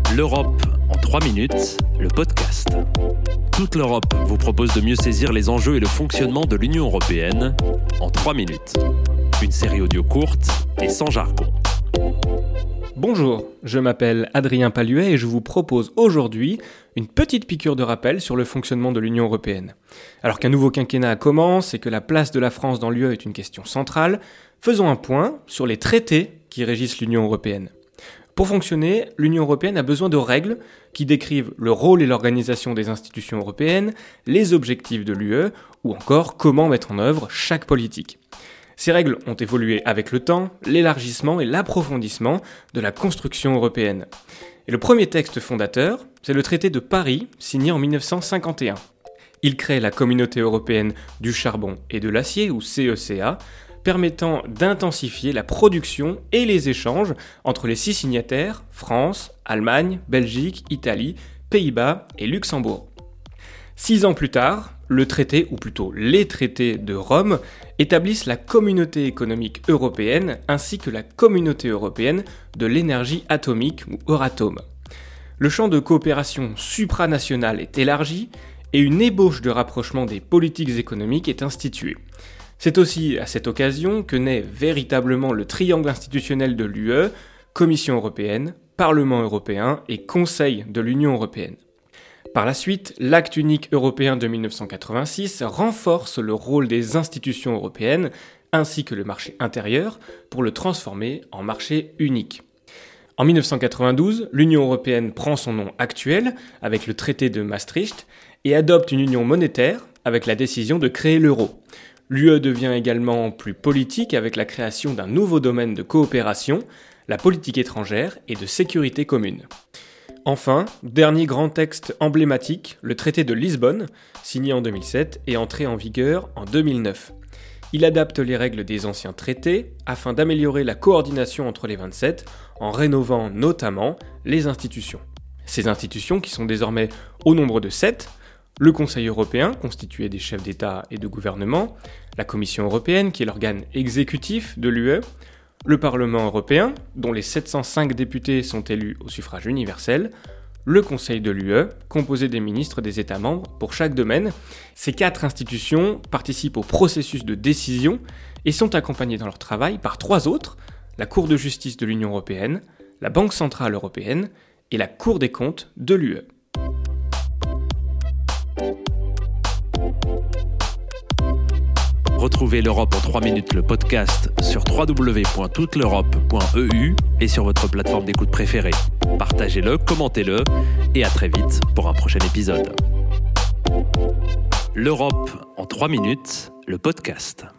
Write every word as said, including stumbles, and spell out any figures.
L'Europe en trois minutes, le podcast. Toute l'Europe vous propose de mieux saisir les enjeux et le fonctionnement de l'Union européenne en trois minutes. Une série audio courte et sans jargon. Bonjour, je m'appelle Adrien Paluet et je vous propose aujourd'hui une petite piqûre de rappel sur le fonctionnement de l'Union européenne. Alors qu'un nouveau quinquennat commence et que la place de la France dans l'U E est une question centrale, faisons un point sur les traités qui régissent l'Union européenne. Pour fonctionner, l'Union européenne a besoin de règles qui décrivent le rôle et l'organisation des institutions européennes, les objectifs de l'U E ou encore comment mettre en œuvre chaque politique. Ces règles ont évolué avec le temps, l'élargissement et l'approfondissement de la construction européenne. Et le premier texte fondateur, c'est le traité de Paris, signé en dix-neuf cent cinquante et un. Il crée la Communauté européenne du charbon et de l'acier, ou C E C A, permettant d'intensifier la production et les échanges entre les six signataires, France, Allemagne, Belgique, Italie, Pays-Bas et Luxembourg. Six ans plus tard, le traité, ou plutôt les traités de Rome, établissent la Communauté économique européenne ainsi que la Communauté européenne de l'énergie atomique, ou Euratom. Le champ de coopération supranationale est élargi et une ébauche de rapprochement des politiques économiques est instituée. C'est aussi à cette occasion que naît véritablement le triangle institutionnel de l'U E, Commission européenne, Parlement européen et Conseil de l'Union européenne. Par la suite, l'Acte unique européen de dix-neuf cent quatre-vingt-six renforce le rôle des institutions européennes ainsi que le marché intérieur pour le transformer en marché unique. En dix-neuf cent quatre-vingt-douze, l'Union européenne prend son nom actuel avec le traité de Maastricht et adopte une union monétaire avec la décision de créer l'euro. L'U E devient également plus politique avec la création d'un nouveau domaine de coopération, la politique étrangère et de sécurité commune. Enfin, dernier grand texte emblématique, le traité de Lisbonne, signé en deux mille sept et entré en vigueur en deux mille neuf. Il adapte les règles des anciens traités afin d'améliorer la coordination entre les vingt-sept en rénovant notamment les institutions. Ces institutions qui sont désormais au nombre de sept, le Conseil européen, constitué des chefs d'État et de gouvernement, la Commission européenne, qui est l'organe exécutif de l'U E, le Parlement européen, dont les sept cent cinq députés sont élus au suffrage universel, le Conseil de l'U E, composé des ministres des États membres pour chaque domaine. Ces quatre institutions participent au processus de décision et sont accompagnées dans leur travail par trois autres, la Cour de justice de l'Union européenne, la Banque centrale européenne et la Cour des comptes de l'U E. Retrouvez l'Europe en trois minutes, le podcast, sur w w w point toute l'europe point e u et sur votre plateforme d'écoute préférée. Partagez-le, commentez-le et à très vite pour un prochain épisode. L'Europe en trois minutes, le podcast.